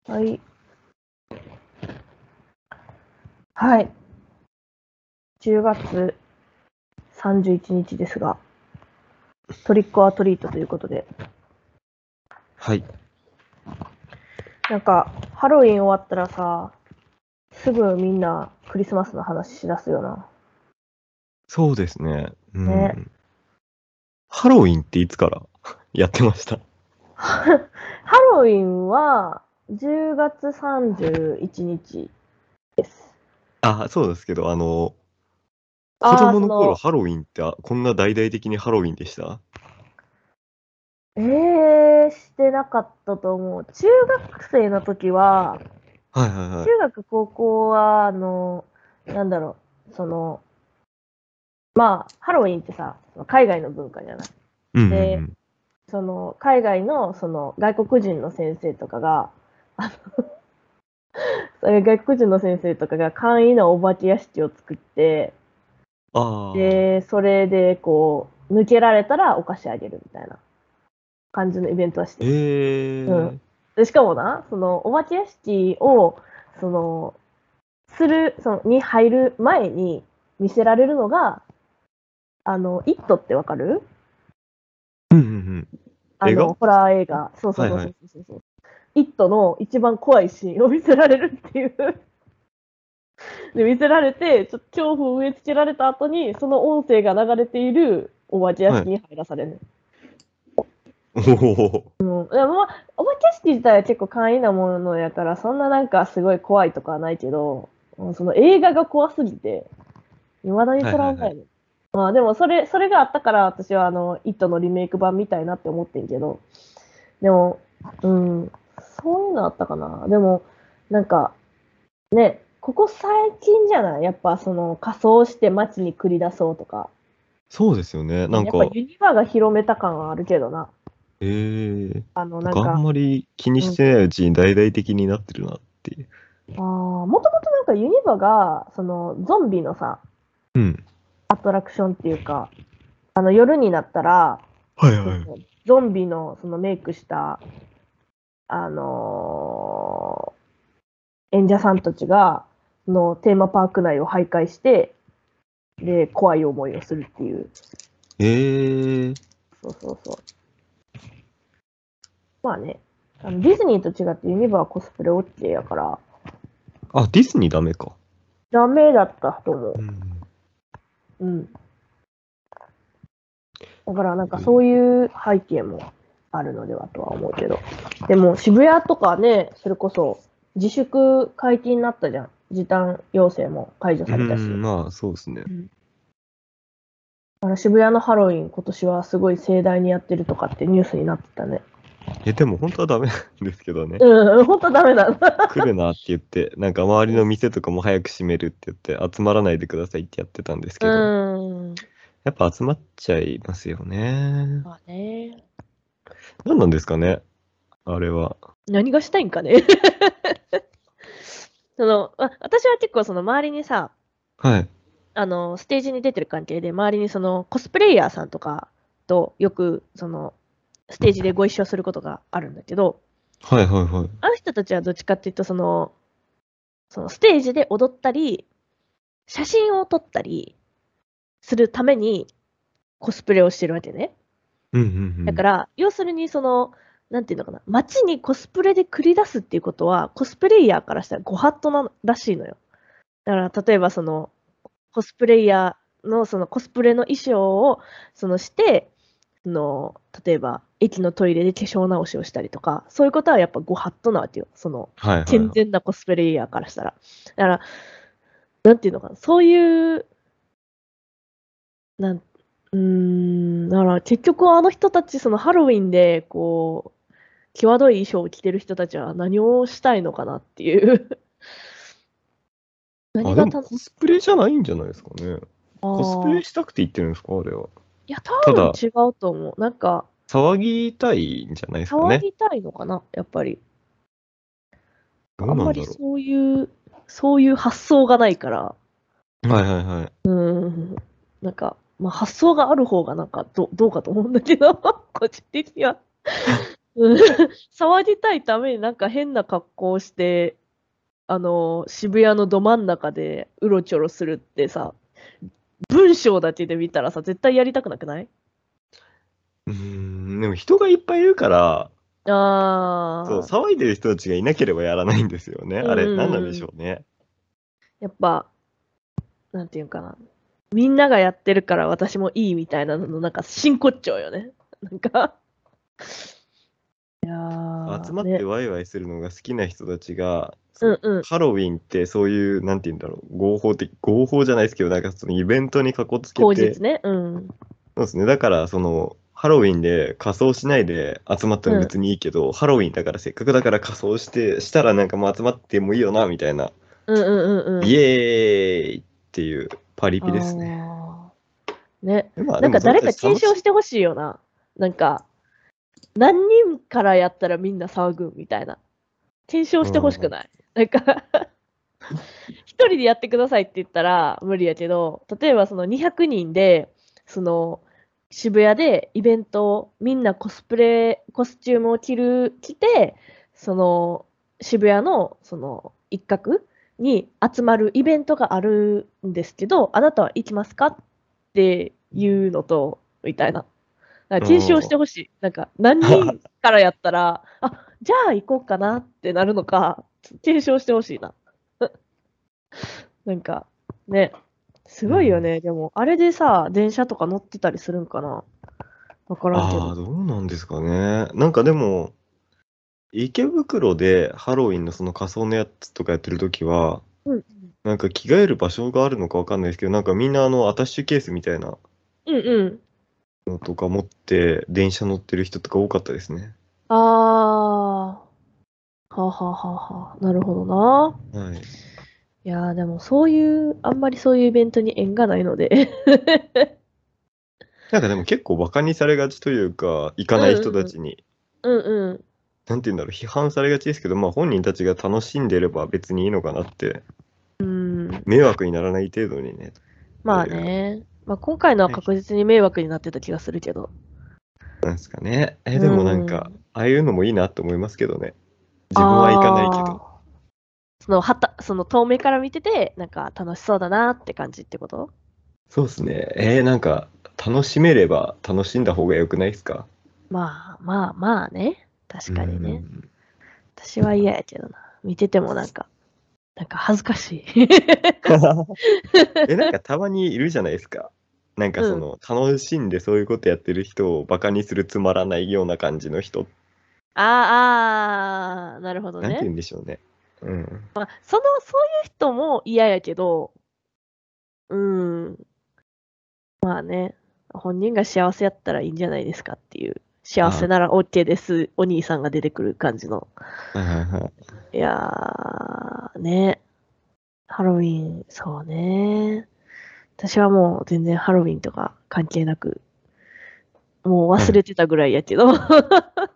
はい。はい。10月31日ですが、トリックオアトリートということで。 はい。 なんか、ハロウィン終わったらさ、すぐみんなクリスマスの話しだすよな。 そうですね。 ね。 ハロウィンっていつからやってました？ ハロウィンは10月31日です。 そうですけど、子ああ、 供の頃ハロウィンってこんな大々的にハロウィンでした？ してなかったと思う。中学生の時は、 はいはいはい。 中学、高校は、なんだろまあ、ハロウィンってさ、海外の文化じゃない。 うんうんうで、 ん。 海外の、外国人の先生とかが、外国人の先生とかが簡易なお化け屋敷を作って、 あで、それで、抜けられたらお菓子あげるみたいな感じのイベントはしてた。うん。で、しかもな、お化け屋敷を、その、に入る前に見せられるのが、イットってわかる？ うんうんうん。映画？ ホラー映画。そうそうそうそはいはい。 うそうそう。イットの一番怖いシーンを見せられるっていうで、見せられて、ちょっと恐怖を植え付けられた後に、その音声が流れているお化け屋はい。 敷に入らされる。 おお。 でも、まあ、お化け屋敷自体は結構簡易なものやから、そんななんかすごい怖いとかはないけど、その映画が怖すぎて、未だにはいはいはい。 トラウマやね。まあでもそれがあったから私はイットのリメイク版見たいなって思ってんけど、でも、うん、そういうのあったかな。でも、なんか、ね、ここ最近じゃないやっぱ仮装して街に繰り出そうとか。 そうですよね。なんか、 やっぱユニバが広めた感はあるけどな。 なんかあんなんか、 まり気にうん。 してないうちに大々的になってるなっていう。 もともとなんかユニバが、ゾンビのさ、 うん。 アトラクションっていうか、夜になったら、そのはいはい。 ゾンビのメイクした、あの演者さんたちが、テーマパーク内を徘徊して、で、怖い思いをするっていう。 えー。 そうそうそう。まあね、ディズニーと違ってユニバはコスプレ OK やから、 ディズニーダメか。 ダメだったと思うん。 う。うん。だからなんかそういう背景もあるのではとは思うけど。でも渋谷とかね、それこそ自粛解禁になったじゃん。時短要請も解除されたし。 まあそうですね。 うん。渋谷のハロウィン今年はすごい盛大にやってるとかってニュースになってたね。 でも本当はダメなんですけどね。 うん、ほんとダメなんだ。 来るなって言って、なんか周りの店とかも早く閉めるって言って、集まらないでくださいってやってたんですうけど、 ん。 やっぱ集まっちゃいますよね。 まあね。 何なんですかね、あれは。 何がしたいんかね。私は結構周りにさ、 はい。 ステージに出てる関係で、周りにコスプレイヤーさんとかとよく、ステージでご一緒することがあるんだけど、 はいはいはい。 あの人たちはどっちかっていうと、ステージで踊ったり、写真を撮ったりするためにコスプレをしてるわけね。 うんうんだから、要するになんていうのかな、街にコスプレで繰り出すっていうことは、コスプレイヤーからしたらご法度ならしいのよ。だから、例えばコスプレイヤーのコスプレの衣装をして、例えば駅のトイレで化粧直しをしたりとか、そういうことはやっぱご法度なわけよ。 はいはいはい。 健全なコスプレイヤーからしたら。だから、なんていうのかな、そういう、なん、だから結局あの人たち、ハロウィンで、際どい衣装を着てる人たちは何をしたいのかなっていう何でもがた、 コスプレじゃないんじゃないですかね。 あコスプレあ、 したくて言ってるんですか、あれは。 いや、多ただ、 分違うと思う。なんか、 騒ぎたいんじゃないですかね。 騒ぎたいのかな、やっぱり。 どあんまうなんだろりそういう発想がないから、 う。はいはいはい。 なんか、まあ、発想がある方がなんかどうかと思うんだけど、個人的には。 うん騒ぎたいためになんか変な格好をして、渋谷のど真ん中でうろちょろするってさ、文章だけで見たらさ、絶対やりたくなくない？ でも人がいっぱいいるから、そう、 ああ、 騒いでる人たちがいなければやらないんですよね。 うんあれ、何なんうんうん。 でしょうね。 やっぱ、なんていうんかな。みんながやってるから私もいいみたいなののなんか真骨頂よね。なんか、いや集まってね。 ワイワイするのが好きな人たちが、そのうんうん。 ハロウィンってそういう、なんて言うんだろう、合法じゃないですけど、なんかそのイベントにかこつけて、 口実ね。うん。 そうですね。だから、ハロウィンで仮装しないで集まってうん。 も別にいいけど、ハロウィンだからせっかくだから仮装して、したらなんかもう集まってもいいよな、みたいな、 うんうんうんうイん。 エーイっていうパリピですね。 ああ。ね。 まあでなんかもその人た誰か検ち楽しい。 証してほしいよな。なんか、何人からやったらみんな騒ぐみたいな。検証してほしくうん。 ない？なんか一人でやってくださいって言ったら無理やけど、例えばその200人で、その渋谷でイベントをみんなコスチュームを着て、その渋谷のその一角に集まるイベントがあるんですけど、あなたは行きますかっていうのと、みたいな。なんか検証してほしい。なんか何人からやったら、あ、じゃあ行こうかなってなるのか、検証してほしいな。なんか、ね、すうん。 ごいよね。でも、あれでさ、電車とか乗ってたりするんかな？わからんけああ、 ど。 どうなんですかね。なんかでも、池袋でハロウィンのその仮装のやつとかやってるときは、 うん。 なんか着替える場所があるのかわかんないですけど、なんかみんなアタッシュケースみたいなうんうん。 のとか持って電車乗ってる人とか多かったですね。 ああ、はあはあはあはあ。なるほどな。 はい。 いやー、でもそういう、あんまりそういうイベントに縁がないので。 なんかでも結構バカにされがちというか、行かない人うんうん。 たちに、 うんうん。 なんて言うんだろう、批判されがちですけど、まあ本人たちが楽しんでれば別にいいのかなって、 うん。 迷惑にならない程度にね、ってまあいう。 ね。まあ今回のは確実に迷惑になってた気がするけど。 なんですかね。 うでもなんか、 ん。 ああいうのもいいなと思いますけどね。自分は行かないけど。 ああ。その遠目から見てて、なんか楽しそうだなって感じってこと？ そうですね。なんか、楽しめれば楽しんだ方が良くないですか？ まあまあまあね。確うかにね。 ん。 私は嫌やけどな。見ててもなんか恥ずかしい。 なんかたまにいるじゃないですか。なんかうん。 楽しんでそういうことやってる人をバカにするつまらないような感じの人。 なるほどね。 なんて言うんでしょうね。うん。 そういう人も嫌やけど、うん。まあね。本人が幸せやったらいいんじゃないですかっていう。幸せあなら OK です。お兄さんが出てくる感じの。 はいはいはい。 いやね。ハロウィン、そうね。私はもう全然ハロウィンとか関係なく、もうはい。 忘れてたぐらいやけど。